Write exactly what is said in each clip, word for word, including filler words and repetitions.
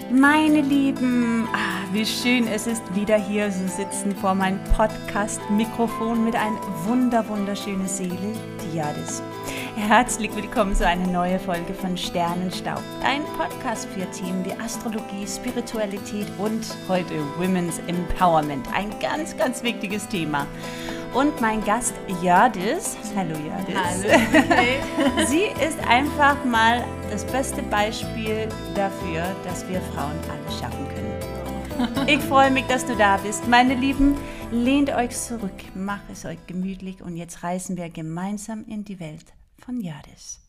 Meine Lieben, ah, wie schön es ist, wieder hier zu sitzen vor meinem Podcast-Mikrofon mit einer wunder, wunderschönen Seele, die Jadis. Herzlich willkommen zu einer neuen Folge von Sternenstaub, ein Podcast für Themen wie Astrologie, Spiritualität und heute Women's Empowerment, ein ganz, ganz wichtiges Thema. Und mein Gast Jadis, hallo Jadis, hallo. Hey. Sie ist einfach mal das beste Beispiel dafür, dass wir Frauen alles schaffen können. Ich freue mich, dass du da bist. Meine Lieben, lehnt euch zurück, macht es euch gemütlich und jetzt reisen wir gemeinsam in die Welt von Jadis.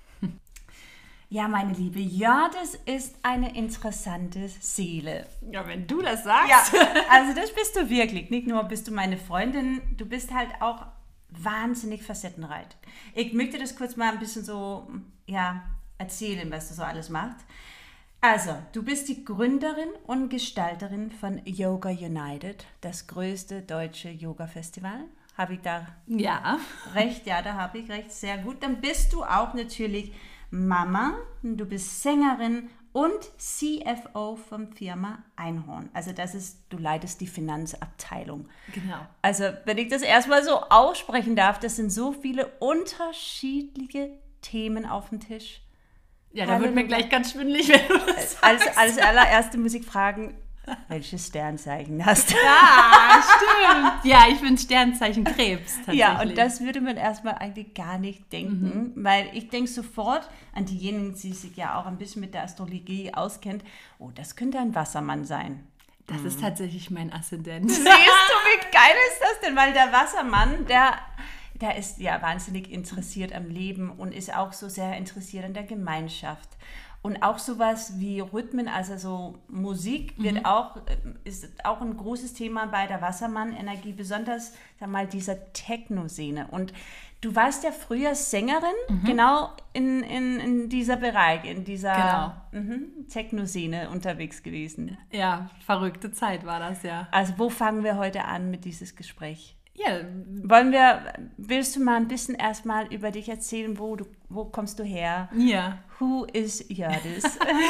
Ja, meine Liebe, Jadis ist eine interessante Seele. Ja, wenn du das sagst. Ja, also das bist du wirklich. Nicht nur bist du meine Freundin, du bist halt auch wahnsinnig facettenreich. Ich möchte das kurz mal ein bisschen so ja, erzählen, was du so alles machst. Also, du bist die Gründerin und Gestalterin von Yoga United, das größte deutsche Yoga-Festival. Habe ich da ja. recht? Ja, da habe ich recht. Sehr gut. Dann bist du auch natürlich Mama, du bist Sängerin und C F O von Firma Einhorn. Also das ist, du leitest die Finanzabteilung. Genau. Also wenn ich das erstmal so aussprechen darf, das sind so viele unterschiedliche Themen auf dem Tisch. Ja, da wird mir gleich ganz schwindelig, wenn du das sagst. Als, als allererste muss ich fragen, welches Sternzeichen hast du? Ja, stimmt. Ja, ich bin Sternzeichen Krebs tatsächlich. Ja, und das würde man erstmal eigentlich gar nicht denken, mhm. weil ich denke sofort an diejenigen, die sich ja auch ein bisschen mit der Astrologie auskennt, oh, das könnte ein Wassermann sein. Das mhm. ist tatsächlich mein Aszendent. Siehst du, wie geil ist das denn? Weil der Wassermann, der, der ist ja wahnsinnig interessiert am Leben und ist auch so sehr interessiert an der Gemeinschaft. Und auch sowas wie Rhythmen, also so Musik wird mhm. auch, ist auch ein großes Thema bei der Wassermann-Energie, besonders sag mal, dieser Techno-Szene. Und du warst ja früher Sängerin, mhm. genau in, in, in dieser Bereich, in dieser genau. mhm, Techno-Szene unterwegs gewesen. Ja, verrückte Zeit war das, ja. Also wo fangen wir heute an mit dieses Gespräch? Ja. Wollen wir, willst du mal ein bisschen erstmal über dich erzählen, wo du, wo kommst du her? Ja. Who is Jadis?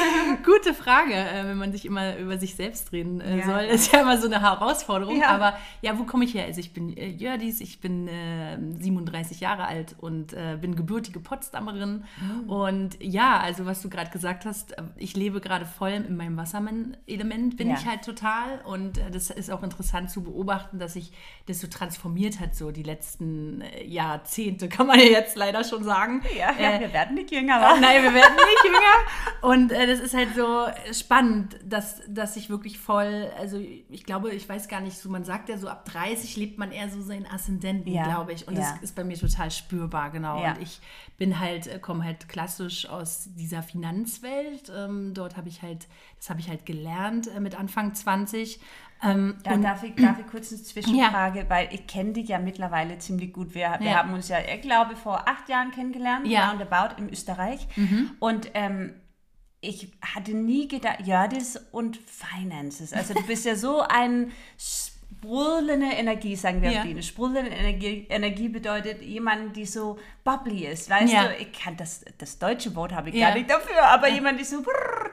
Gute Frage, wenn man sich immer über sich selbst reden ja. soll. Ist ja immer so eine Herausforderung. Ja. Aber ja, wo komme ich her? Also ich bin Jadis, ich bin äh, siebenunddreißig Jahre alt und äh, bin gebürtige Potsdamerin. Mhm. Und ja, also was du gerade gesagt hast, ich lebe gerade voll in meinem Wassermann-Element, bin ja. ich halt total. Und äh, das ist auch interessant zu beobachten, dass sich das so transformiert hat, so die letzten äh, Jahrzehnte, kann man ja jetzt leider schon sagen. Ja, ja äh, wir werden nicht jünger. Aber. Nein, wir werden nicht jünger. Und äh, das ist halt so spannend, dass, dass ich wirklich voll, also ich glaube, ich weiß gar nicht, so man sagt ja so, ab dreißig lebt man eher so seinen Aszendenten, ja. glaube ich. Und ja. das ist bei mir total spürbar, genau. Ja. Und ich bin halt, komme halt klassisch aus dieser Finanzwelt. Ähm, dort habe ich halt, das habe ich halt gelernt äh, mit Anfang zwanzig. Ähm, da darf ich, darf ich kurz eine Zwischenfrage, ja. weil ich kenne dich ja mittlerweile ziemlich gut. Wir, wir ja. haben uns ja, ich glaube, vor acht Jahren kennengelernt, ja. roundabout in Österreich. Mhm. Und ähm, ich hatte nie gedacht, Jadis und Finances. Also du bist ja so ein sprudelnde Energie, sagen wir ja. auf Dänisch. Sprudelnde Energie, Energie bedeutet jemand, die so bubbly ist. Weißt ja. du, ich kann das, das deutsche Wort habe ich ja. gar nicht dafür, aber ja. jemand, die so...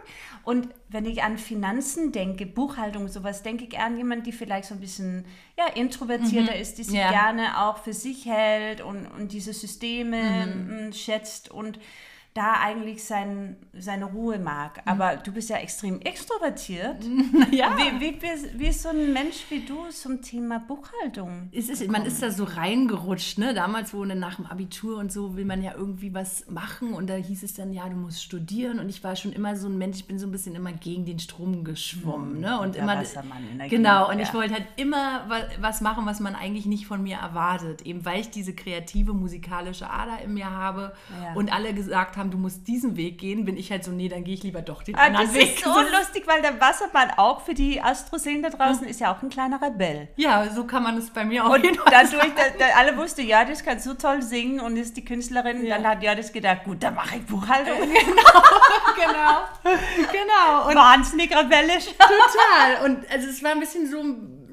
Und wenn ich an Finanzen denke, Buchhaltung und sowas, denke ich an jemanden, die vielleicht so ein bisschen ja, introvertierter mhm. ist, die sich ja. gerne auch für sich hält und, und diese Systeme mhm. schätzt und da eigentlich sein, seine Ruhe mag. Aber du bist ja extrem extrovertiert. Ja. Wie, wie, wie ist so ein Mensch wie du zum Thema Buchhaltung? Es ist, man ist da so reingerutscht, ne? Damals, wo nach dem Abitur und so will man ja irgendwie was machen und da hieß es dann, ja, du musst studieren und ich war schon immer so ein Mensch, ich bin so ein bisschen immer gegen den Strom geschwommen, ne? Und Der immer, Wassermann in der genau, und ja. ich wollte halt immer was machen, was man eigentlich nicht von mir erwartet, eben weil ich diese kreative, musikalische Ader in mir habe ja. und alle gesagt haben, du musst diesen Weg gehen, bin ich halt so, nee, dann gehe ich lieber doch den ah, anderen das Weg. Das ist so lustig, weil der Wassermann auch für die Astroseelen da draußen ist ja auch ein kleiner Rebell. Ja, so kann man es bei mir auch. Und dadurch, da, da alle wussten, ja, das kann so toll singen und ist die Künstlerin, ja. dann hat ja das gedacht, gut, dann mache ich Buchhaltung. Genau, genau, genau. Und wahnsinnig rebellisch. Total. Und also es war ein bisschen so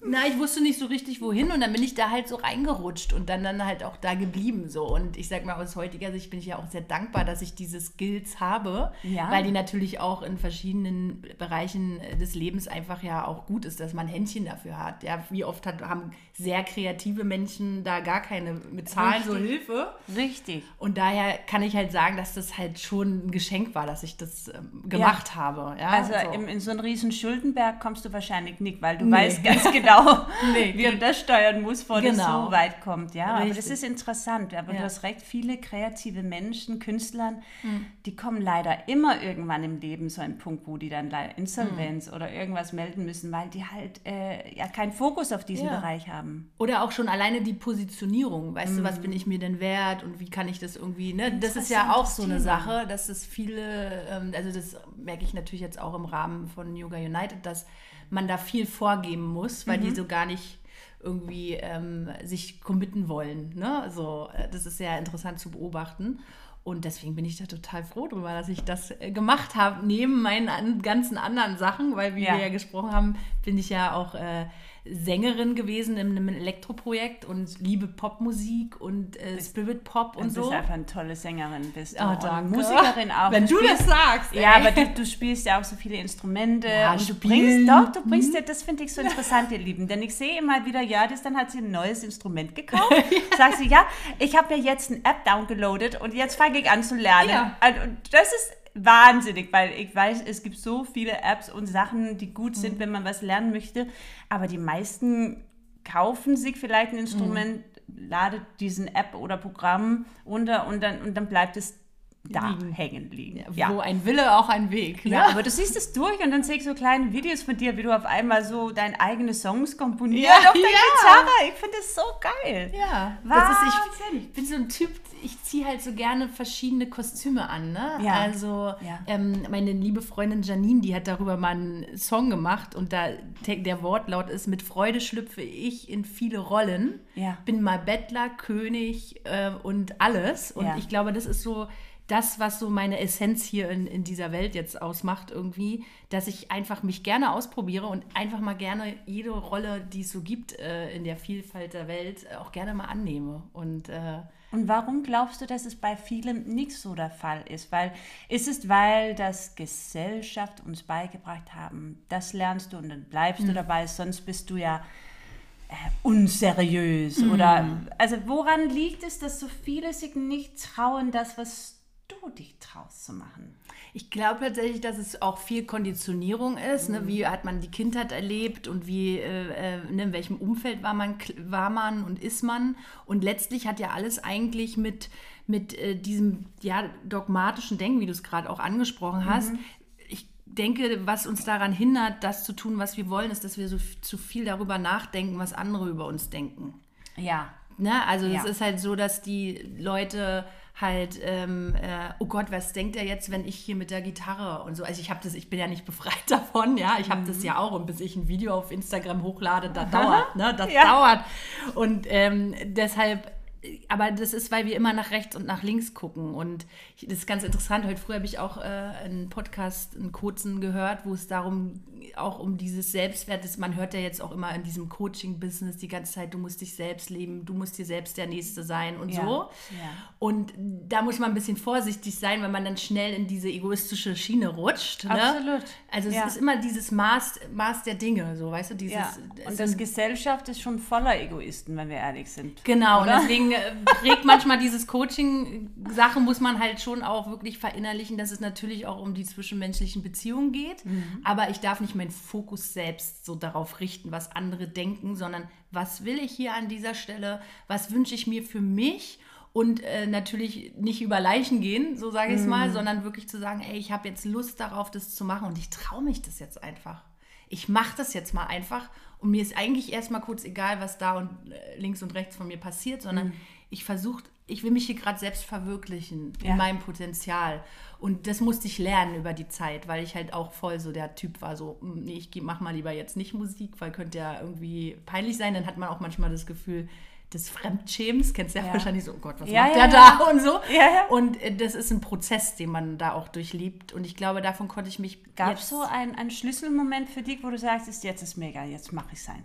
Na, ich wusste nicht so richtig, wohin und dann bin ich da halt so reingerutscht und dann, dann halt auch da geblieben so. Und ich sag mal, aus heutiger Sicht bin ich ja auch sehr dankbar, dass ich diese Skills habe, ja. weil die natürlich auch in verschiedenen Bereichen des Lebens einfach ja auch gut ist, dass man Händchen dafür hat. Ja, wie oft hat, haben sehr kreative Menschen da gar keine mit Zahlen so Hilfe. Richtig. Und daher kann ich halt sagen, dass das halt schon ein Geschenk war, dass ich das ähm, gemacht ja. habe. Ja, also so. in, in so einen riesen Schuldenberg kommst du wahrscheinlich nicht, weil du nee. weißt ganz genau, nee, wie du das steuern musst, bevor genau. das so weit kommt. Ja, Richtig. Aber das ist interessant. Aber ja. du hast recht, viele kreative Menschen, Künstlern, hm. die kommen leider immer irgendwann im Leben so einen Punkt, wo die dann Insolvenz hm. oder irgendwas melden müssen, weil die halt äh, ja keinen Fokus auf diesen ja. Bereich haben. Oder auch schon alleine die Positionierung. Weißt hm. du, was bin ich mir denn wert und wie kann ich das irgendwie, ne? Das ist ja auch so eine Sache, dass es viele, ähm, also das merke ich natürlich jetzt auch im Rahmen von Yoga United, dass man da viel vorgeben muss, weil mhm. die so gar nicht irgendwie ähm, sich committen wollen. Ne? Also, das ist sehr interessant zu beobachten. Und deswegen bin ich da total froh drüber, dass ich das gemacht habe, neben meinen an, ganzen anderen Sachen, weil wie ja. wir ja gesprochen haben, bin ich ja auch äh, Sängerin gewesen in einem Elektroprojekt und liebe Popmusik und äh, Spirit Pop und, und so. Du bist einfach eine tolle Sängerin, bist du. Oh, danke. Musikerin auch. Wenn du, du spielst, das sagst. Ey. Ja, aber du, du spielst ja auch so viele Instrumente. Ja, und du bringst, doch, du bringst ja, das finde ich so interessant, ihr Lieben. Denn ich sehe immer wieder, ja, das dann hat sie ein neues Instrument gekauft. ja. Sagt sie, ja, ich habe ja jetzt eine App downgeloadet und jetzt fange ich an zu lernen. Ja. Und das ist wahnsinnig, weil ich weiß, es gibt so viele Apps und Sachen, die gut sind, mhm. wenn man was lernen möchte, aber die meisten kaufen sich vielleicht ein Instrument, mhm. ladet diesen App oder Programm runter und dann, und dann bleibt es da liegen. hängen liegen. Ja, wo ja. ein Wille, auch ein Weg. Ne? Ja, aber du siehst es durch und dann sehe ich so kleine Videos von dir, wie du auf einmal so deine eigenen Songs komponierst ja, auf der ja. Gitarre. Ich finde das so geil. Ja, das ist, ich, ich bin so ein Typ, ich ziehe halt so gerne verschiedene Kostüme an. Ne? Ja. Also ja. Ähm, meine liebe Freundin Janine, die hat darüber mal einen Song gemacht und da der Wortlaut ist, mit Freude schlüpfe ich in viele Rollen, ja. bin mal Bettler, König äh, und alles. Und ja. ich glaube, das ist so das, was so meine Essenz hier in, in dieser Welt jetzt ausmacht irgendwie, dass ich einfach mich gerne ausprobiere und einfach mal gerne jede Rolle, die es so gibt äh, in der Vielfalt der Welt, auch gerne mal annehme. Und, äh, und warum glaubst du, dass es bei vielen nicht so der Fall ist? Weil, ist es, weil das Gesellschaft uns beigebracht haben, das lernst du und dann bleibst mhm. du dabei, sonst bist du ja äh, unseriös. Mhm. Oder, also woran liegt es, dass so viele sich nicht trauen, das, was du dich traust zu machen? Ich glaube tatsächlich, dass es auch viel Konditionierung ist. Mhm. Ne? Wie hat man die Kindheit erlebt und wie, äh, ne, in welchem Umfeld war man, war man und ist man? Und letztlich hat ja alles eigentlich mit, mit äh, diesem ja, dogmatischen Denken, wie du es gerade auch angesprochen hast. Mhm. Ich denke, was uns daran hindert, das zu tun, was wir wollen, ist, dass wir so f- zu viel darüber nachdenken, was andere über uns denken. Ja. Ne? Also es ja. ist halt so, dass die Leute halt, ähm, äh, oh Gott, was denkt er jetzt, wenn ich hier mit der Gitarre und so, also ich habe das, ich bin ja nicht befreit davon, ja, ich habe mhm. das ja auch und bis ich ein Video auf Instagram hochlade, das dauert, ne, das ja. dauert und ähm, deshalb, aber das ist, weil wir immer nach rechts und nach links gucken und das ist ganz interessant, heute früh habe ich auch äh, einen Podcast, einen kurzen gehört, wo es darum, auch um dieses Selbstwert ist, man hört ja jetzt auch immer in diesem Coaching-Business die ganze Zeit, du musst dich selbst leben, du musst dir selbst der Nächste sein und ja. so. Ja. Und da muss man ein bisschen vorsichtig sein, weil man dann schnell in diese egoistische Schiene rutscht. Ne? Absolut. Also es ja. ist immer dieses Maß, Maß der Dinge, so, weißt du, dieses... Ja. Und das Gesellschaft ist schon voller Egoisten, wenn wir ehrlich sind. Genau, oder? Und deswegen prägt manchmal dieses Coaching-Sachen, muss man halt schon auch wirklich verinnerlichen, dass es natürlich auch um die zwischenmenschlichen Beziehungen geht, mhm. aber ich darf nicht meinen Fokus selbst so darauf richten, was andere denken, sondern was will ich hier an dieser Stelle, was wünsche ich mir für mich und äh, natürlich nicht über Leichen gehen, so sage ich es mhm. mal, sondern wirklich zu sagen, ey, ich habe jetzt Lust darauf, das zu machen und ich traue mich das jetzt einfach. Ich mache das jetzt mal einfach und mir ist eigentlich erstmal kurz egal, was da und äh, links und rechts von mir passiert, sondern mhm. ich versuche, ich will mich hier gerade selbst verwirklichen in ja. meinem Potenzial. Und das musste ich lernen über die Zeit, weil ich halt auch voll so der Typ war, so, nee, ich mach mal lieber jetzt nicht Musik, weil könnte ja irgendwie peinlich sein. Dann hat man auch manchmal das Gefühl des Fremdschämens, kennst du ja, ja wahrscheinlich so, oh Gott, was ja, macht ja, der ja. da und so. Ja, ja. Und das ist ein Prozess, den man da auch durchlebt. Und ich glaube, davon konnte ich mich... Gab es so einen, einen Schlüsselmoment für dich, wo du sagst, jetzt ist mega, jetzt mache ich es einfach?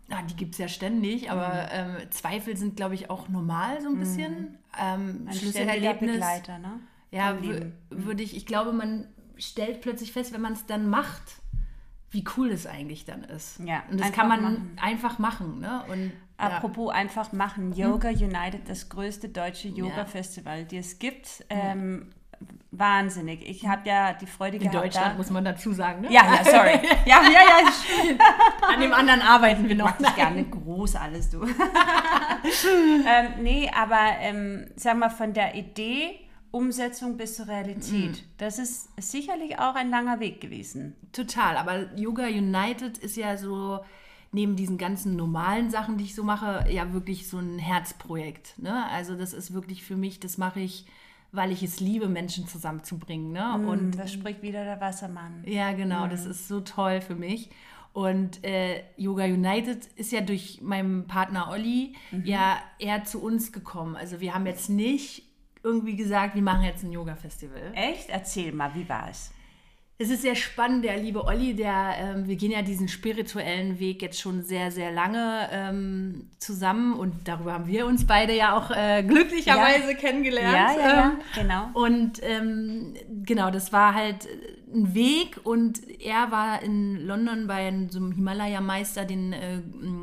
Na, die gibt es ja ständig, aber mhm. ähm, Zweifel sind, glaube ich, auch normal so ein bisschen. Mhm. Ähm, ein Schlüsselerlebnis. Begleiter, ne? Ja, w- würde ich, ich glaube, man stellt plötzlich fest, wenn man es dann macht, wie cool das eigentlich dann ist. Ja, und das kann man machen. einfach machen. Ne? Und, Apropos ja. einfach machen, Yoga hm? United, das größte deutsche Yoga-Festival, die es gibt. Ähm, wahnsinnig. Ich habe ja die Freude In gehabt. In Deutschland da, muss man dazu sagen, ne? Ja, ja, sorry. ja, ja, ja. An dem anderen arbeiten wir noch. Mach ich gerne groß alles, du. ähm, nee, aber ähm, sag mal, von der Idee, Umsetzung bis zur Realität. Mhm. Das ist sicherlich auch ein langer Weg gewesen. Total, aber Yoga United ist ja so, neben diesen ganzen normalen Sachen, die ich so mache, ja wirklich so ein Herzprojekt. Ne? Also das ist wirklich für mich, das mache ich, weil ich es liebe, Menschen zusammenzubringen. Ne? Mm, und das spricht wieder der Wassermann. Ja, genau, mm. das ist so toll für mich. Und äh, Yoga United ist ja durch meinen Partner Olli mhm. ja eher zu uns gekommen. Also wir haben jetzt nicht irgendwie gesagt, wir machen jetzt ein Yoga-Festival. Echt? Erzähl mal, wie war es? Es ist sehr spannend, der liebe Olli, der, ähm, wir gehen ja diesen spirituellen Weg jetzt schon sehr, sehr lange ähm, zusammen und darüber haben wir uns beide ja auch äh, glücklicherweise ja. kennengelernt. Ja, ja, ja, genau. Und ähm, genau, das war halt ein Weg und er war in London bei so einem Himalaya-Meister, den äh,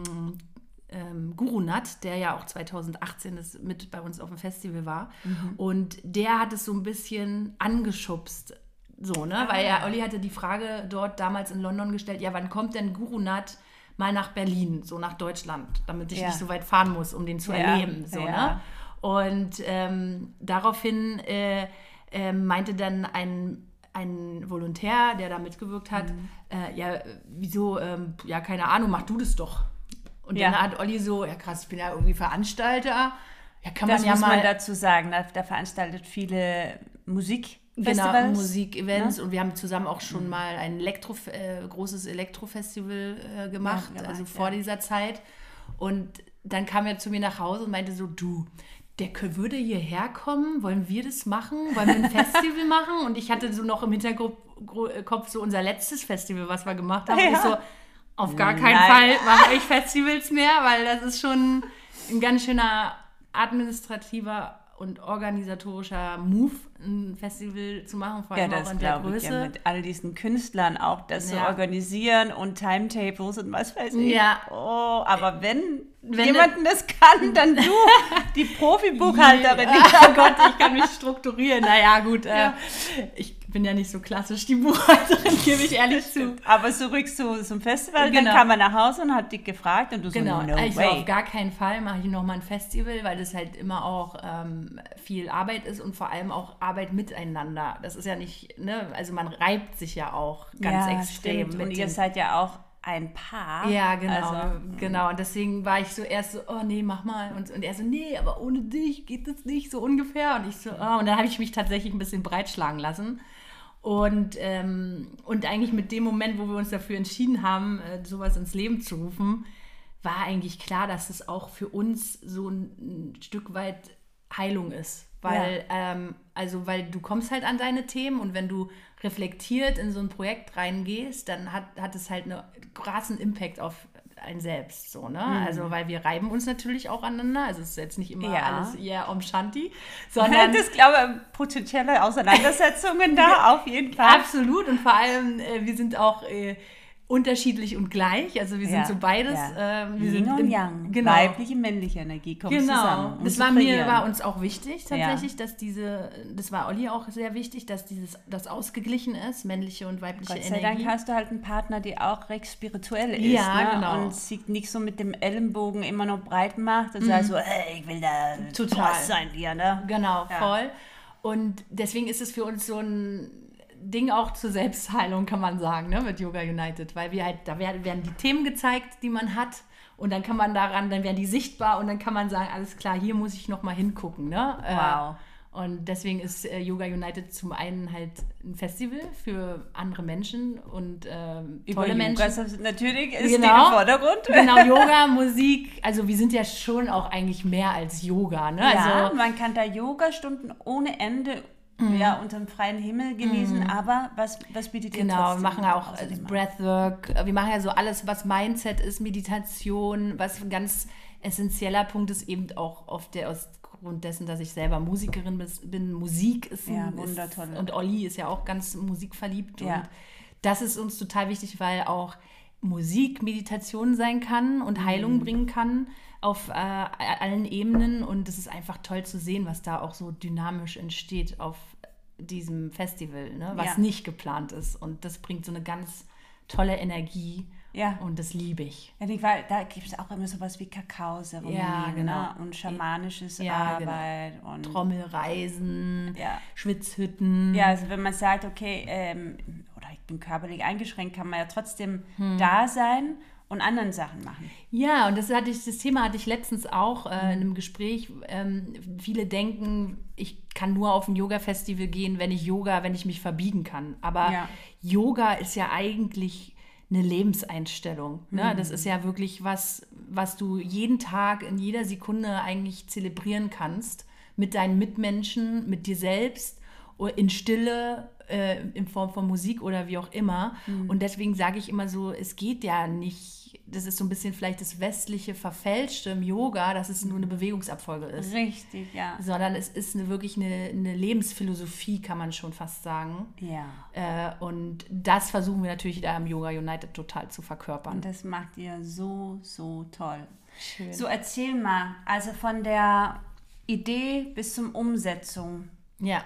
ähm, Guru Nath, der ja auch zwanzig achtzehn das mit bei uns auf dem Festival war. Mhm. Und der hat es so ein bisschen angeschubst. So, ne? Ah, Weil ja, Olli hatte die Frage dort damals in London gestellt, ja, wann kommt denn Guru Nath mal nach Berlin, so nach Deutschland, damit ich ja. nicht so weit fahren muss, um den zu ja. erleben. So, ja. ne? Und ähm, daraufhin äh, äh, meinte dann ein, ein Volontär, der da mitgewirkt hat, mhm. äh, ja, wieso, ähm, ja, keine Ahnung, mach du das doch. Und ja. dann hat Olli so, ja krass, ich bin ja irgendwie Veranstalter. Ja, kann das man ja muss mal man dazu sagen, der, der veranstaltet viele Musik. Genau, Musikevents, ne? Und wir haben zusammen auch schon mhm. mal ein Elektro, äh, großes Elektrofestival äh, gemacht, ja, gemacht, also vor ja. dieser Zeit. Und dann kam er zu mir nach Hause und meinte so, du, der würde hierher kommen, wollen wir das machen? Wollen wir ein Festival machen? Und ich hatte so noch im Hinterkopf so unser letztes Festival, was wir gemacht haben. Ja. Und ich so, auf gar keinen Nein. Fall mache ich Festivals mehr, weil das ist schon ein ganz schöner administrativer und organisatorischer Move, ein Festival zu machen, vor allem ja, auch in der Größe. Ja, mit all diesen Künstlern auch das ja. zu organisieren und Timetables und was weiß ich. Ja. Oh, aber wenn, wenn jemanden das kann, dann du, die Profi-Buchhalterin. Oh Gott, ich kann mich strukturieren. Naja, gut, ja. äh, ich bin ja nicht so klassisch die Buchhalterin, gebe ich ehrlich zu. Aber zurück zu, zum Festival, genau. dann kam man nach Hause und hat dich gefragt und du genau. so, no ich way. So, auf gar keinen Fall mache ich nochmal ein Festival, weil das halt immer auch ähm, viel Arbeit ist und vor allem auch Arbeit miteinander. Das ist ja nicht, ne, also man reibt sich ja auch ganz ja, extrem. Mit und ihr seid ja auch ein Paar. Ja, genau, also, genau. Und deswegen war ich so erst so, oh nee, mach mal. Und, und er so, nee, aber ohne dich geht das nicht, so ungefähr. Und ich so, oh. Und dann habe ich mich tatsächlich ein bisschen breitschlagen lassen. Und, ähm, und eigentlich mit dem Moment, wo wir uns dafür entschieden haben, äh, sowas ins Leben zu rufen, war eigentlich klar, dass es auch für uns so ein, ein Stück weit Heilung ist. Weil, ja. ähm, also, weil du kommst halt an deine Themen und wenn du reflektiert in so ein Projekt reingehst, dann hat, hat es halt einen krassen Impact auf ein selbst. So, ne? Mhm. Also, weil wir reiben uns natürlich auch aneinander. Also, es ist jetzt nicht immer ja. alles eher Om Shanti, sondern... Das glaube ich, potenzielle Auseinandersetzungen da auf jeden Fall. Absolut. Und vor allem, äh, wir sind auch... Äh, unterschiedlich und gleich, also wir sind ja, so beides. Ja. Äh, wir Yin sind und im, Yang, genau. weibliche, männliche Energie kommt genau. zusammen. Um das war mir, war uns auch wichtig tatsächlich, ja. dass diese, das war Olli auch sehr wichtig, dass dieses, das ausgeglichen ist, männliche und weibliche Energie. Gott sei Dank hast du halt einen Partner, der auch recht spirituell ist, ja, ne? genau. Und sich nicht so mit dem Ellenbogen immer noch breit macht und mhm. sagt so, hey, ich will da total sein hier, ne? Genau, ja. voll. Und deswegen ist es für uns so ein Ding auch zur Selbstheilung, kann man sagen, ne, mit Yoga United, weil wir halt, da werden, werden die Themen gezeigt, die man hat und dann kann man daran, dann werden die sichtbar und dann kann man sagen, alles klar, hier muss ich nochmal hingucken, ne? Wow. Äh, und deswegen ist äh, Yoga United zum einen halt ein Festival für andere Menschen und äh, tolle Menschen. Yoga natürlich ist genau, im Vordergrund. Genau, Yoga, Musik, also wir sind ja schon auch eigentlich mehr als Yoga, ne? Ja, also, man kann da Yoga-Stunden ohne Ende mm. ja, unter dem freien Himmel gewesen, mm. aber was, was bietet ihr Genau, trotzdem? wir machen auch Breathwork, wir machen ja so alles, was Mindset ist, Meditation, was ein ganz essentieller Punkt ist, eben auch auf der, aus Grund dessen, dass ich selber Musikerin bin. Musik ist, ein, ja, wundertoll. Ist und Olli ist ja auch ganz musikverliebt. Ja. Und das ist uns total wichtig, weil auch Musik Meditation sein kann und Heilung mhm. bringen kann auf äh, allen Ebenen. Und es ist einfach toll zu sehen, was da auch so dynamisch entsteht auf diesem Festival, ne? Was ja. nicht geplant ist. Und das bringt so eine ganz tolle Energie. Ja. Und das liebe ich. Ja, weil da gibt es auch immer sowas wie Kakaozeremonien, ja, genau. ne? Und schamanisches ja, Arbeit. Genau. Und Trommelreisen, ja. Schwitzhütten. Ja, also wenn man sagt, okay, ähm, oder ich bin körperlich eingeschränkt, kann man ja trotzdem hm. da sein und anderen Sachen machen. Ja, und das, hatte ich, das Thema hatte ich letztens auch äh, in einem Gespräch. Ähm, viele denken, ich kann nur auf ein Yoga-Festival gehen, wenn ich Yoga, wenn ich mich verbiegen kann. Aber ja. Yoga ist ja eigentlich eine Lebenseinstellung. Ne? Mhm. Das ist ja wirklich was, was du jeden Tag, in jeder Sekunde eigentlich zelebrieren kannst. Mit deinen Mitmenschen, mit dir selbst, in Stille, äh, in Form von Musik oder wie auch immer. Mhm. Und deswegen sage ich immer so, es geht ja nicht, das ist so ein bisschen vielleicht das westliche Verfälschte im Yoga, dass es nur eine Bewegungsabfolge ist. Richtig, ja. Sondern es ist eine, wirklich eine, eine Lebensphilosophie, kann man schon fast sagen. Ja. Äh, und das versuchen wir natürlich da im Yoga United total zu verkörpern. Und das macht ihr so, so toll. Schön. So, erzähl mal, also von der Idee bis zum Umsetzung. Ja.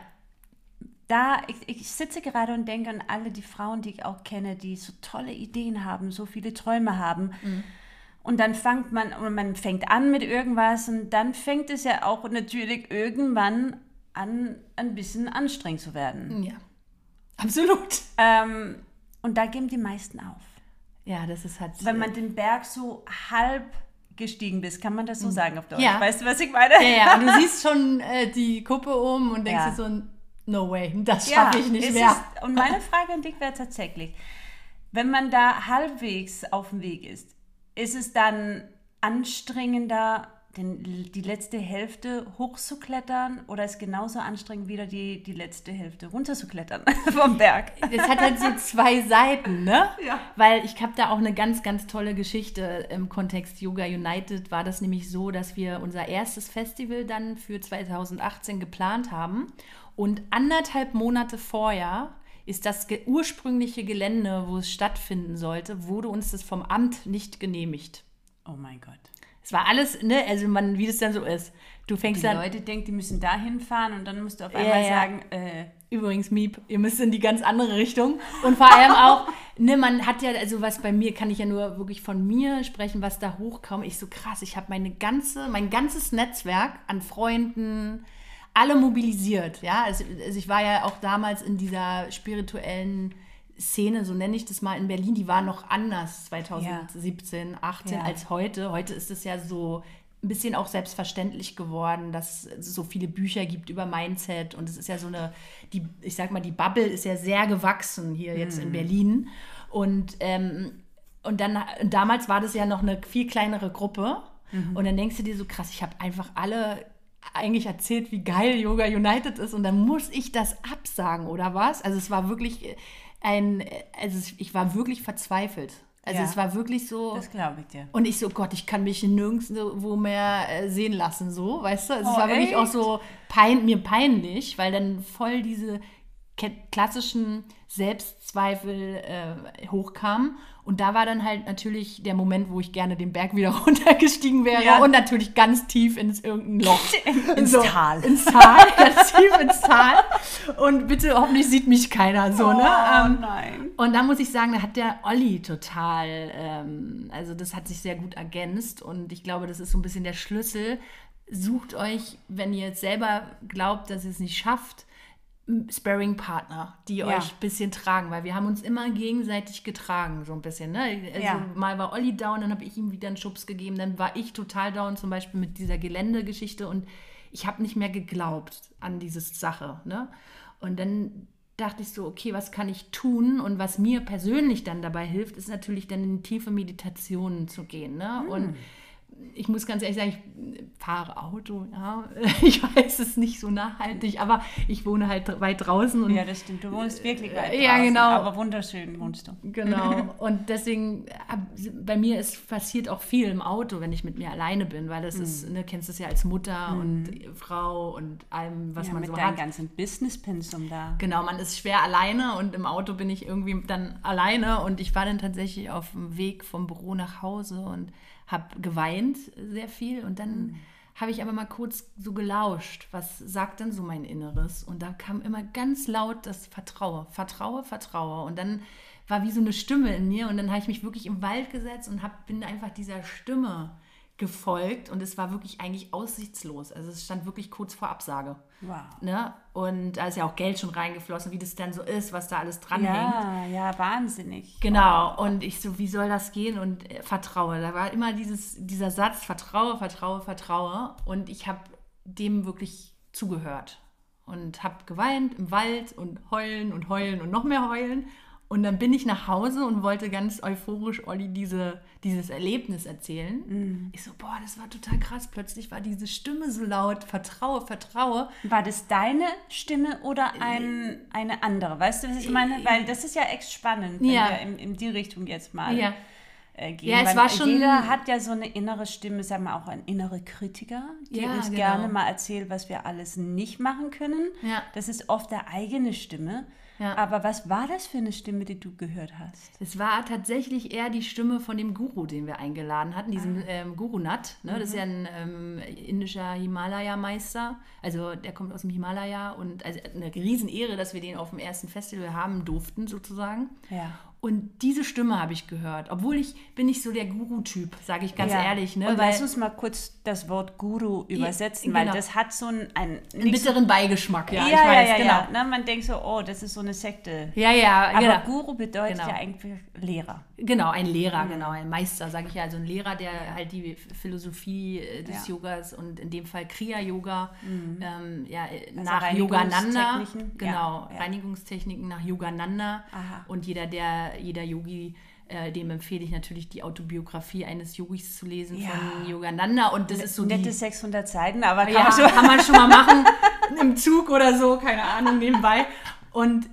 Da, ich, ich sitze gerade und denke an alle die Frauen, die ich auch kenne, die so tolle Ideen haben, so viele Träume haben. Mhm. Und dann fängt man, und man fängt an mit irgendwas und dann fängt es ja auch natürlich irgendwann an, ein bisschen anstrengend zu werden. Ja, absolut. Ähm, und da geben die meisten auf. Ja, das ist halt... Wenn man den Berg so halb gestiegen bist, kann man das so mhm. sagen auf Deutsch? Ja. Weißt du, was ich meine? Ja, ja, und du siehst schon äh, die Kuppe oben und denkst ja. dir so... No way, das schaffe ja, ich nicht mehr. Ist, und meine Frage an dich wäre tatsächlich, wenn man da halbwegs auf dem Weg ist, ist es dann anstrengender, den, die letzte Hälfte hochzuklettern oder ist genauso anstrengend, wieder die, die letzte Hälfte runterzuklettern vom Berg? Es hat halt so zwei Seiten, ne? Ja. Weil ich habe da auch eine ganz, ganz tolle Geschichte im Kontext Yoga United. War das nämlich so, dass wir unser erstes Festival dann für zwanzig achtzehn geplant haben. Und anderthalb Monate vorher ist das ge- ursprüngliche Gelände, wo es stattfinden sollte, wurde uns das vom Amt nicht genehmigt. Oh mein Gott. Es war alles, ne, also man, wie das dann so ist. Du fängst die dann... Die Leute denken, die müssen da hinfahren und dann musst du auf einmal ja, ja. sagen... Äh, Übrigens, Miep, ihr müsst in die ganz andere Richtung. Und vor allem auch, ne, man hat ja, also was bei mir, kann ich ja nur wirklich von mir sprechen, was da hochkam. Ich so krass, ich habe meine ganze, mein ganzes Netzwerk an Freunden... alle mobilisiert, ja, also, also ich war ja auch damals in dieser spirituellen Szene, so nenne ich das mal, in Berlin, die war noch anders zwanzig siebzehn, achtzehn ja. als heute. Heute ist es ja so ein bisschen auch selbstverständlich geworden, dass es so viele Bücher gibt über Mindset und es ist ja so eine, die, ich sag mal, die Bubble ist ja sehr gewachsen hier jetzt mm. in Berlin und, ähm, und dann, damals war das ja noch eine viel kleinere Gruppe mhm. und dann denkst du dir so, krass, ich habe einfach alle eigentlich erzählt, wie geil Yoga United ist und dann muss ich das absagen, oder was? Also es war wirklich ein, also ich war wirklich verzweifelt. Also ja, es war wirklich so... Das glaube ich dir. Und ich so, Gott, ich kann mich nirgendwo mehr sehen lassen, so, weißt du? Also oh, es war wirklich echt? auch so pein, mir peinlich, weil dann voll diese klassischen Selbstzweifel äh, hochkamen. Und da war dann halt natürlich der Moment, wo ich gerne den Berg wieder runtergestiegen wäre ja. und natürlich ganz tief ins irgendein Loch. ins so, Tal. Ins Tal, ganz tief ins Tal. Und bitte, hoffentlich sieht mich keiner so, oh, ne? Ähm, nein. Und da muss ich sagen, da hat der Olli total, ähm, also das hat sich sehr gut ergänzt. Und ich glaube, das ist so ein bisschen der Schlüssel. Sucht euch, wenn ihr jetzt selber glaubt, dass ihr es nicht schafft, Sparring-Partner, die ja. euch ein bisschen tragen, weil wir haben uns immer gegenseitig getragen, so ein bisschen. Ne? Also ja. mal war Olli down, dann habe ich ihm wieder einen Schubs gegeben, dann war ich total down, zum Beispiel mit dieser Geländegeschichte und ich habe nicht mehr geglaubt an diese Sache. Ne? Und dann dachte ich so, okay, was kann ich tun? Und was mir persönlich dann dabei hilft, ist natürlich dann in tiefe Meditationen zu gehen. Ne? Mhm. Und ich muss ganz ehrlich sagen, ich fahre Auto, ja. Ich weiß, es ist nicht so nachhaltig, aber ich wohne halt weit draußen. Und ja, das stimmt. Du wohnst wirklich weit draußen, ja, genau. aber wunderschön wohnst du. Genau. Und deswegen, bei mir ist passiert auch viel im Auto, wenn ich mit mir alleine bin, weil das mm. ist, ne, kennst du es ja als Mutter mm. und Frau und allem, was ja, man mit so deinem hat. ganzen Business-Pensum da. Genau, man ist schwer alleine und im Auto bin ich irgendwie dann alleine und ich war dann tatsächlich auf dem Weg vom Büro nach Hause und habe geweint sehr viel und dann mhm. habe ich aber mal kurz so gelauscht, was sagt denn so mein Inneres? Und da kam immer ganz laut das Vertraue, Vertraue, Vertraue. Und dann war wie so eine Stimme in mir und dann habe ich mich wirklich im Wald gesetzt und hab, bin einfach dieser Stimme gefolgt und es war wirklich eigentlich aussichtslos. Also es stand wirklich kurz vor Absage. Wow. Ne? Und da ist ja auch Geld schon reingeflossen, wie das dann so ist, was da alles dranhängt. Ja, ja, wahnsinnig. Genau. Wow. Und ich so, wie soll das gehen? Und äh, vertraue. Da war immer dieses, dieser Satz, vertraue, vertraue, vertraue. Und ich habe dem wirklich zugehört. Und habe geweint im Wald und heulen und heulen und noch mehr heulen. Und dann bin ich nach Hause und wollte ganz euphorisch Olli diese, dieses Erlebnis erzählen. Mm. Ich so, boah, das war total krass. Plötzlich war diese Stimme so laut, vertraue, vertraue. War das deine Stimme oder ein, eine andere? Weißt du, was ich meine? Weil das ist ja echt spannend, wenn ja. wir in, in die Richtung jetzt mal ja. äh, gehen. Ja, es Weil war schon, jeder hat ja so eine innere Stimme, sagen wir auch ein innerer Kritiker, die ja, uns genau. gerne mal erzählt, was wir alles nicht machen können. Ja. Das ist oft der eigene Stimme. Ja. Aber was war das für eine Stimme, die du gehört hast? Es war tatsächlich eher die Stimme von dem Guru, den wir eingeladen hatten, diesem ah. ähm, Guru Nath. Ne? Mhm. Das ist ja ein ähm, indischer Himalaya-Meister. Also der kommt aus dem Himalaya und also eine Riesenehre, dass wir den auf dem ersten Festival haben durften, sozusagen. Ja. Und diese Stimme habe ich gehört. Obwohl ich bin nicht so der Guru-Typ, sage ich ganz ja. ehrlich. Ne? Und weil, lass uns mal kurz das Wort Guru übersetzen, ja, weil genau. das hat so einen, einen, einen bitteren so, Beigeschmack. Ja, ja, ich weiß, ja, ja, genau. ja. Ne? Man denkt so, oh, das ist so eine Sekte. Ja, ja. Aber genau. Guru bedeutet genau. ja eigentlich Lehrer. Genau, ein Lehrer, mhm. genau, ein Meister, sage ich ja. Also ein Lehrer, der halt die Philosophie des ja. Yogas und in dem Fall Kriya-Yoga mhm. ähm, ja, also nach Yogananda, genau, ja, ja. Reinigungstechniken nach Yogananda. Aha. Und jeder, der, jeder Yogi, äh, dem empfehle ich natürlich die Autobiografie eines Yogis zu lesen ja. von Yogananda. Und das N- ist so nette die, sechshundert Seiten, aber kann, ja, man schon kann man schon mal machen, im Zug oder so, keine Ahnung, nebenbei. Und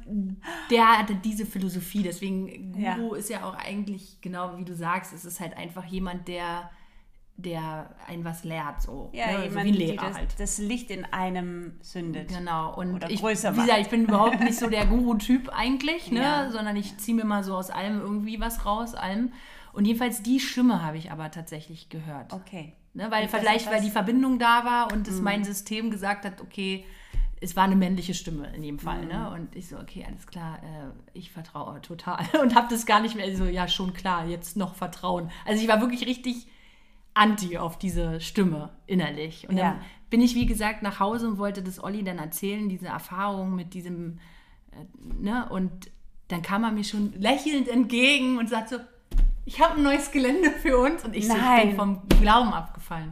der hatte diese Philosophie, deswegen Guru ja. ist ja auch eigentlich, genau wie du sagst, es ist halt einfach jemand, der, der einen was lehrt, so, ja, ne? jemand, so wie ein Lehrer das, halt. das Licht in einem sündet. Genau, und oder ich, größer wie gesagt, ich bin überhaupt nicht so der Guru-Typ eigentlich, ne? Ja. sondern ich ziehe mir mal so aus allem irgendwie was raus, allem. Und jedenfalls die Stimme habe ich aber tatsächlich gehört. Okay. Ne? Weil vielleicht, weil die Verbindung da war und es mm. mein System gesagt hat, okay, es war eine männliche Stimme in jedem Fall, mhm. ne? Und ich so, okay, alles klar, äh, ich vertraue total. Und habe das gar nicht mehr so, ja, schon klar, jetzt noch Vertrauen. Also ich war wirklich richtig anti auf diese Stimme innerlich. Und ja. dann bin ich, wie gesagt, nach Hause und wollte das Olli dann erzählen, diese Erfahrung mit diesem, äh, ne? Und dann kam er mir schon lächelnd entgegen und sagt so, ich habe ein neues Gelände für uns. Und ich, so, ich bin vom Glauben abgefallen.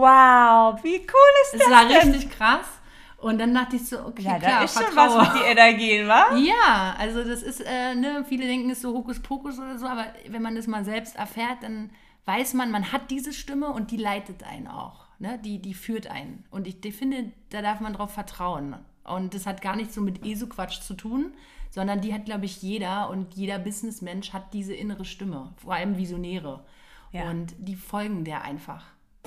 Wow, wie cool ist das Es war denn? richtig krass. Und dann dachte ich so, okay, ja, klar, da ist schon vertraue. was mit den Energien, wa? Ja, also das ist, äh, ne, viele denken, es ist so Hokuspokus oder so, aber wenn man das mal selbst erfährt, dann weiß man, man hat diese Stimme und die leitet einen auch, ne? die, die führt einen. Und ich, ich finde, da darf man drauf vertrauen. Und das hat gar nichts so mit ESO-Quatsch zu tun, sondern die hat, glaube ich, jeder und jeder Businessmensch hat diese innere Stimme, vor allem Visionäre. Ja. Und die folgen der einfach.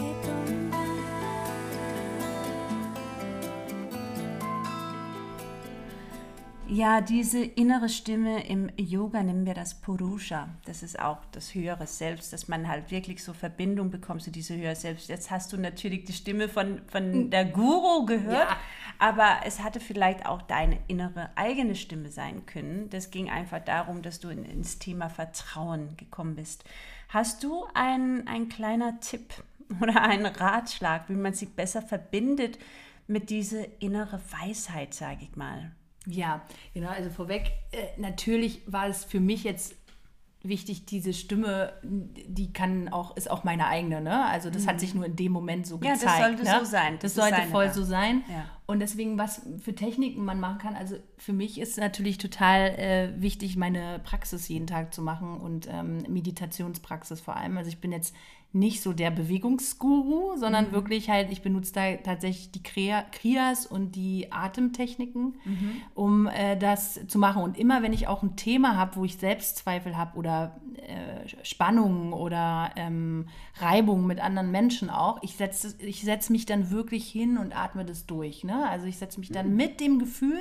Ja, diese innere Stimme im Yoga nennen wir das Purusha. Das ist auch das höhere Selbst, dass man halt wirklich so Verbindung bekommt zu diesem höheren Selbst. Jetzt hast du natürlich die Stimme von, von der Guru gehört, ja. aber es hatte vielleicht auch deine innere eigene Stimme sein können. Das ging einfach darum, dass du in, ins Thema Vertrauen gekommen bist. Hast du einen, einen kleiner Tipp oder einen Ratschlag, wie man sich besser verbindet mit dieser inneren Weisheit, sage ich mal? Ja, genau, also vorweg, äh, natürlich war es für mich jetzt wichtig, diese Stimme, die kann auch, ist auch meine eigene, ne? Also das mhm. hat sich nur in dem Moment so gezeigt. Ja, das sollte ne? so sein. Das, das sollte voll da. so sein. Ja. Und deswegen, was für Techniken man machen kann, also für mich ist natürlich total äh, wichtig, meine Praxis jeden Tag zu machen und ähm, Meditationspraxis vor allem. Also ich bin jetzt nicht so der Bewegungsguru, sondern Mhm. wirklich halt, ich benutze da tatsächlich die Krea- Kriyas und die Atemtechniken, Mhm. um äh, das zu machen. Und immer, wenn ich auch ein Thema habe, wo ich Selbstzweifel habe oder äh, Spannungen oder ähm, Reibung mit anderen Menschen auch, ich setze ich setz mich dann wirklich hin und atme das durch. Ne? Also ich setze mich dann Mhm. mit dem Gefühl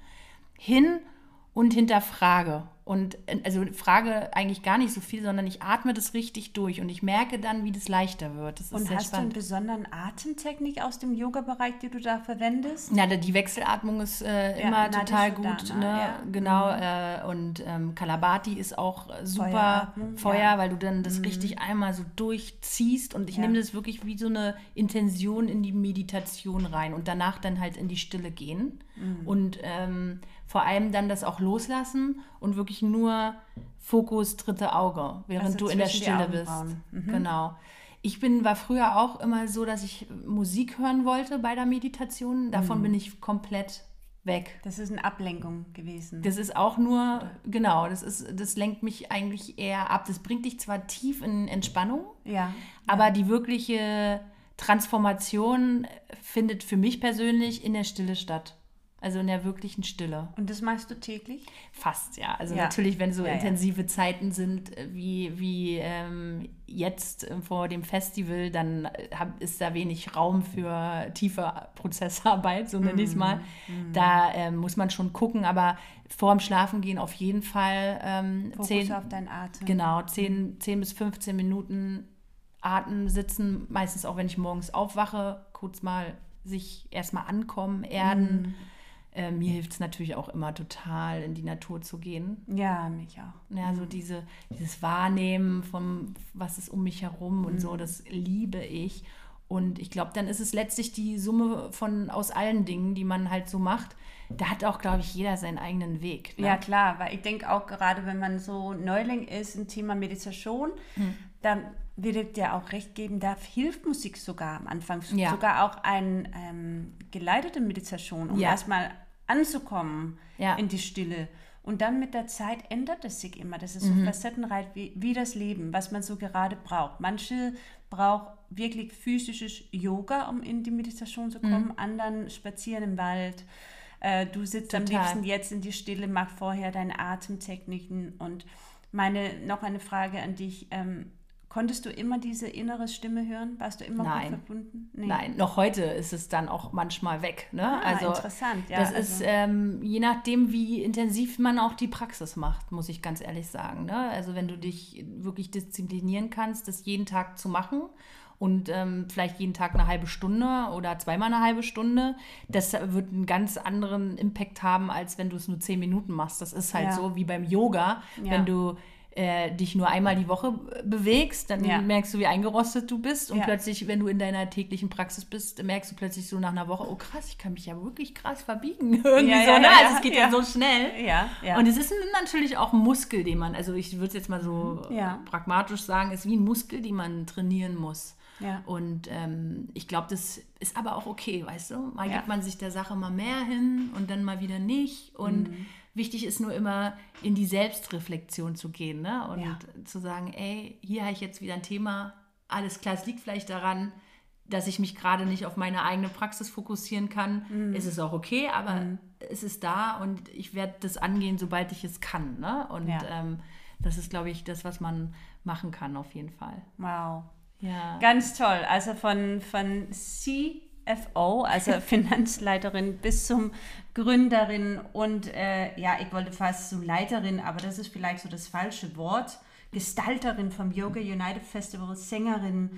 hin und hinterfrage. Und äh, also frage eigentlich gar nicht so viel, sondern ich atme das richtig durch und ich merke dann, wie das leichter wird. Das ist Und sehr hast spannend. du einen besonderen Atemtechnik aus dem Yoga-Bereich, die du da verwendest? Ja, die Wechselatmung ist äh, Ja, immer Nadi total Shodhana, gut. Ne? ja. Genau. Mhm. Äh, und ähm, Kalabati ist auch super Feueratmung, Feuer, ja. weil du dann das Mhm. richtig einmal so durchziehst. Und ich Ja. nehme das wirklich wie so eine Intention in die Meditation rein und danach dann halt in die Stille gehen. Mhm. Und ähm, vor allem dann das auch loslassen und wirklich nur Fokus dritte Auge, während Also du in der zwischen die Stille bist. Augenbrauen. Mhm. Genau. Ich bin, war früher auch immer so, dass ich Musik hören wollte bei der Meditation. Davon Mhm. bin ich komplett weg. Das ist eine Ablenkung gewesen. Das ist auch nur, genau, das ist, das lenkt mich eigentlich eher ab. Das bringt dich zwar tief in Entspannung, ja. aber die wirkliche Transformation findet für mich persönlich in der Stille statt. Also in der wirklichen Stille. Und das machst du täglich? Fast, ja. Also Ja. natürlich, wenn so Ja, ja. intensive Zeiten sind äh, wie, wie ähm, jetzt äh, vor dem Festival, dann äh, hab, ist da wenig Raum für tiefe Prozessarbeit, so nenne ich es mal. Da ähm, muss man schon gucken, aber vorm Schlafengehen auf jeden Fall ähm, Fokus zehn, auf deinen Atem. genau, zehn, zehn bis fünfzehn Minuten atmen, sitzen, meistens auch wenn ich morgens aufwache, kurz mal sich erstmal ankommen, erden. Mhm. Äh, mir hilft es natürlich auch immer total, in die Natur zu gehen. Ja, mich auch. Ja, so diese, dieses Wahrnehmen von, was ist um mich herum und Mhm. so, das liebe ich. Und ich glaube, dann ist es letztlich die Summe von aus allen Dingen, die man halt so macht. Da hat auch, glaube ich, jeder seinen eigenen Weg. Ne? Ja, klar, weil ich denke auch gerade, wenn man so Neuling ist im Thema Meditation, Hm. dann würde ich dir auch recht geben, da hilft Musik sogar am Anfang. Ja. Sogar auch eine ähm, geleitete Meditation, um Ja. erstmal anzukommen Ja. in die Stille. Und dann mit der Zeit ändert es sich immer. Das ist so Mhm. facettenreich wie, wie das Leben, was man so gerade braucht. Manche brauchen wirklich physisches Yoga, um in die Meditation zu kommen. Mhm. Anderen spazieren im Wald. Äh, du sitzt am Total. liebsten jetzt in die Stille, mach vorher deine Atemtechniken. Und meine, noch eine Frage an dich. Ähm, konntest du immer diese innere Stimme hören? Warst du immer Nein. gut verbunden? Nee. Nein, noch heute ist es dann auch manchmal weg. Ne? Ah, also interessant. Ja, das also, ist ähm, je nachdem, wie intensiv man auch die Praxis macht, muss ich ganz ehrlich sagen. Ne? Also wenn du dich wirklich disziplinieren kannst, das jeden Tag zu machen und ähm, vielleicht jeden Tag eine halbe Stunde oder zweimal eine halbe Stunde, das wird einen ganz anderen Impact haben, als wenn du es nur zehn Minuten machst. Das ist halt Ja. so wie beim Yoga, Ja. wenn du äh, dich nur einmal die Woche bewegst, dann Ja. merkst du, wie eingerostet du bist und Ja. plötzlich, wenn du in deiner täglichen Praxis bist, merkst du plötzlich so nach einer Woche, oh krass, ich kann mich ja wirklich krass verbiegen. Irgendwie Ja, so, ja, ne? ja, Also es geht ja, ja. so schnell. ja, ja. Und es ist ein- natürlich auch ein Muskel, den man, also ich würde es jetzt mal so Ja. pragmatisch sagen, ist wie ein Muskel, den man trainieren muss. ja. Und ähm, ich glaube, das ist aber auch okay, weißt du? Mal Ja. gibt man sich der Sache mal mehr hin und dann mal wieder nicht. Und Mhm. wichtig ist nur immer, in die Selbstreflexion zu gehen, ne? Und Ja. zu sagen, ey, hier habe ich jetzt wieder ein Thema, alles klar, es liegt vielleicht daran, dass ich mich gerade nicht auf meine eigene Praxis fokussieren kann. Mhm. Es ist auch okay, aber es ist da und ich werde das angehen, sobald ich es kann, ne? Und Ja. ähm, das ist, glaube ich, das, was man machen kann auf jeden Fall. Wow. Ja. Ganz toll. Also von, von C F O, also Finanzleiterin, bis zum Gründerin und äh, ja, ich wollte fast so Leiterin, aber das ist vielleicht so das falsche Wort. Gestalterin vom Yoga United Festival, Sängerin.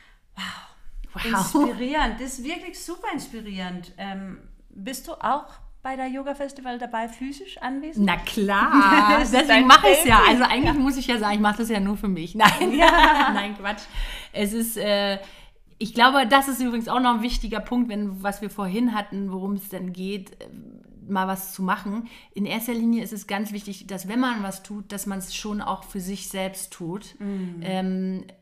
Wow. Inspirierend, das ist wirklich super inspirierend. Ähm, bist du auch bei der Yoga Festival dabei, physisch anwesend? Na klar, Das ist dein deswegen mache ich es ja. Baby. Also eigentlich muss ich ja sagen, ich mache das ja nur für mich. Nein, Ja. nein, Quatsch. Es ist, äh, ich glaube, das ist übrigens auch noch ein wichtiger Punkt, wenn, was wir vorhin hatten, worum es dann geht, äh, mal was zu machen. In erster Linie ist es ganz wichtig, dass wenn man was tut, dass man es schon auch für sich selbst tut. Mhm. Ähm,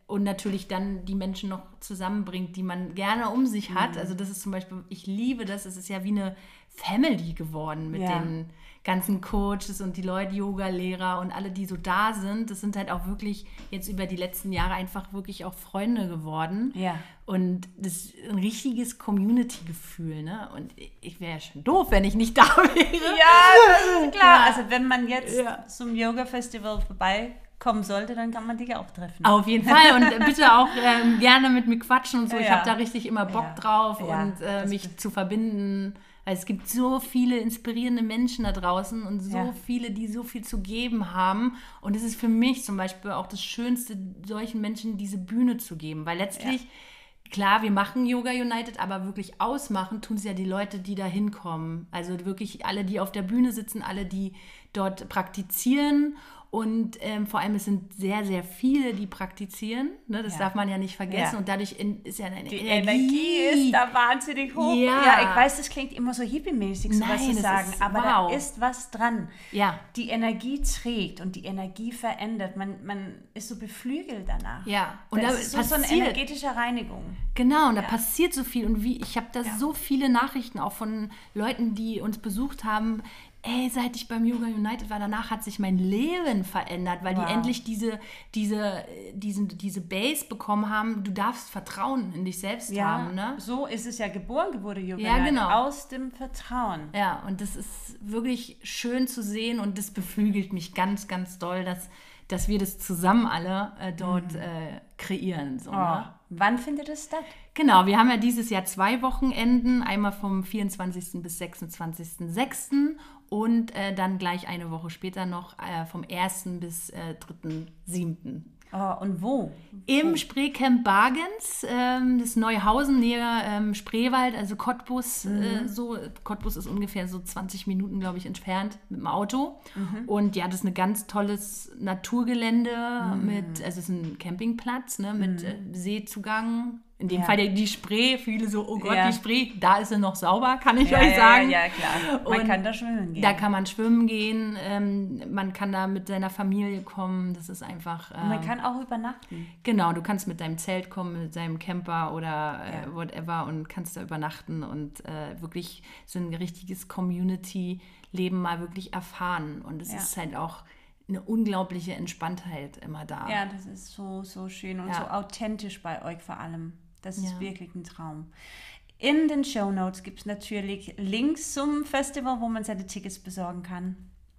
und natürlich dann die Menschen noch zusammenbringt, die man gerne um sich hat. Mhm. Also das ist zum Beispiel, ich liebe das, es ist ja wie eine Family geworden mit ja. den ganzen Coaches und die Leute, Yoga-Lehrer und alle, die so da sind. Das sind halt auch wirklich jetzt über die letzten Jahre einfach wirklich auch Freunde geworden. Ja. Und das ist ein richtiges Community-Gefühl, ne? Und ich wäre ja schon doof, wenn ich nicht da wäre. Ja, das ist klar. Ja. Also wenn man jetzt ja. zum Yoga-Festival vorbeikommen sollte, dann kann man dich auch treffen. Auf jeden Fall und bitte auch ähm, gerne mit mir quatschen und so. Ja. Ich habe da richtig immer Bock ja. drauf ja. und äh, mich zu verbinden. Weil es gibt so viele inspirierende Menschen da draußen und so ja. viele, die so viel zu geben haben. Und es ist für mich zum Beispiel auch das Schönste, solchen Menschen diese Bühne zu geben. Weil letztlich, ja. klar, wir machen Yoga United, aber wirklich ausmachen tun es ja die Leute, die da hinkommen. Also wirklich alle, die auf der Bühne sitzen, alle, die dort praktizieren. Und ähm, vor allem, es sind sehr, sehr viele, die praktizieren. Ne? Das ja. darf man ja nicht vergessen. Ja. Und dadurch in, ist ja eine die Energie. Energie ist da wahnsinnig hoch. Ja, ja ich weiß, das klingt immer so hippie-mäßig, so was zu sagen. Ist, aber wow. da ist was dran. Ja. Die Energie trägt und die Energie verändert. Man, man ist so beflügelt danach. Ja. Und das da ist so, passiert, so eine energetische Reinigung. Genau, und da ja. passiert so viel. Und wie ich habe da ja. so viele Nachrichten auch von Leuten, die uns besucht haben. Ey, seit ich beim Yoga United war, danach hat sich mein Leben verändert, weil wow. die endlich diese, diese, diesen, diese Base bekommen haben, du darfst Vertrauen in dich selbst ja, haben. Ne? So ist es ja geboren wurde, Yoga ja, United, genau. aus dem Vertrauen. Ja, und das ist wirklich schön zu sehen und das beflügelt mich ganz, ganz doll, dass, dass wir das zusammen alle äh, dort mhm. äh, kreieren. So, oh. ne? Wann findet es statt? Genau, wir haben ja dieses Jahr zwei Wochenenden, einmal vom vierundzwanzigsten bis sechsundzwanzigsten sechsten und äh, dann gleich eine Woche später noch äh, vom ersten bis äh, dritten siebten Oh, und wo? Im wo? Spreecamp Bargens, ähm, das Neuhausen, näher ähm, Spreewald, also Cottbus. Mhm. Äh, so. Cottbus ist ungefähr so zwanzig Minuten, glaube ich, entfernt mit dem Auto. Mhm. Und ja, das ist ein ganz tolles Naturgelände, mhm. mit, also es ist ein Campingplatz, ne, mit mhm. äh, Seezugang. In dem ja. Fall die, die Spree, viele so, oh Gott, ja. die Spree, da ist sie noch sauber, kann ich ja, euch ja, sagen. Ja, ja, klar. Man und kann da schwimmen gehen. Da kann man schwimmen gehen, ähm, man kann da mit seiner Familie kommen, das ist einfach... Ähm, man kann auch übernachten. Genau, du kannst mit deinem Zelt kommen, mit deinem Camper oder äh, ja. whatever und kannst da übernachten und äh, wirklich so ein richtiges Community-Leben mal wirklich erfahren. Und es ja. ist halt auch eine unglaubliche Entspanntheit immer da. Ja, das ist so, so schön und ja. so authentisch bei euch vor allem. Das ist ja. wirklich ein Traum. In den Shownotes gibt es natürlich Links zum Festival, wo man seine Tickets besorgen kann.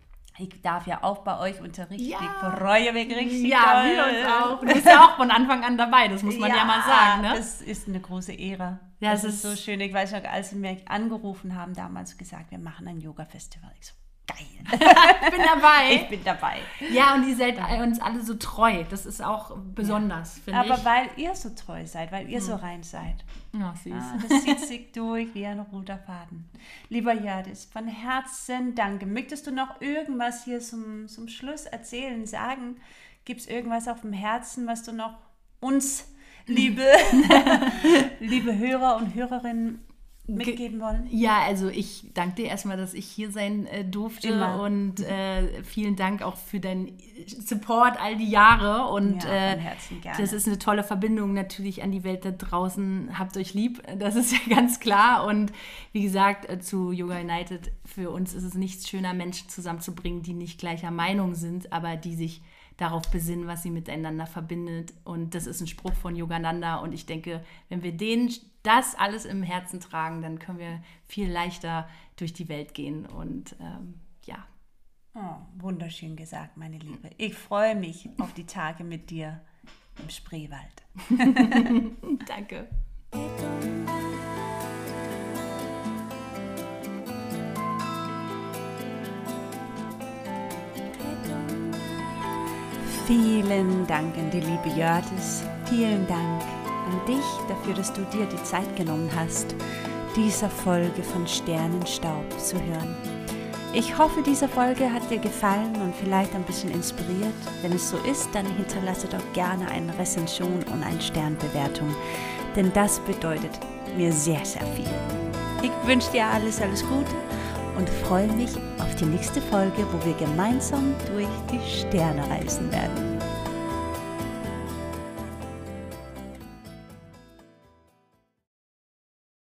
Ich darf ja auch bei euch unterrichten. Ja. Ich freue mich richtig. Ja, wir uns auch. Du bist ja auch von Anfang an dabei, das muss man ja, ja mal sagen. Ne? Das ist eine große Ehre. Ja, das, das ist so schön. Ich weiß noch, als sie mich angerufen haben, damals gesagt, wir machen ein Yoga-Festival. Ich so, geil. Ich bin dabei. Ich bin dabei. Ja, und ihr seid uns alle so treu. Das ist auch besonders, ja. finde ich. Aber weil ihr so treu seid, weil ihr hm. so rein seid. Ja, süß. Ah, das zieht sich durch wie ein roter Faden. Lieber Hjördis, von Herzen danke. Möchtest du noch irgendwas hier zum, zum Schluss erzählen, sagen? Gibt es irgendwas auf dem Herzen, was du noch uns, liebe, liebe Hörer und Hörerinnen, mitgeben wollen? Ja, also ich danke dir erstmal, dass ich hier sein äh, durfte Immer. und äh, vielen Dank auch für deinen Support all die Jahre und ja, äh, von Herzen gerne. Das ist eine tolle Verbindung natürlich an die Welt da draußen. Habt euch lieb, das ist ja ganz klar und wie gesagt, äh, zu Yoga United, für uns ist es nichts schöner, Menschen zusammenzubringen, die nicht gleicher Meinung sind, aber die sich darauf besinnen, was sie miteinander verbindet. Und das ist ein Spruch von Yogananda. Und ich denke, wenn wir den, das alles im Herzen tragen, dann können wir viel leichter durch die Welt gehen. Und ähm, ja. Oh, wunderschön gesagt, meine Liebe. Ich freue mich auf die Tage mit dir im Spreewald. Danke. Vielen Dank an die liebe Hjördis. Vielen Dank an dich dafür, dass du dir die Zeit genommen hast, diese Folge von Sternenstaub zu hören. Ich hoffe, diese Folge hat dir gefallen und vielleicht ein bisschen inspiriert. Wenn es so ist, dann hinterlasse doch gerne eine Rezension und eine Sternbewertung, denn das bedeutet mir sehr, sehr viel. Ich wünsche dir alles, alles Gute und freue mich auf die nächste Folge, wo wir gemeinsam durch die Sterne reisen werden.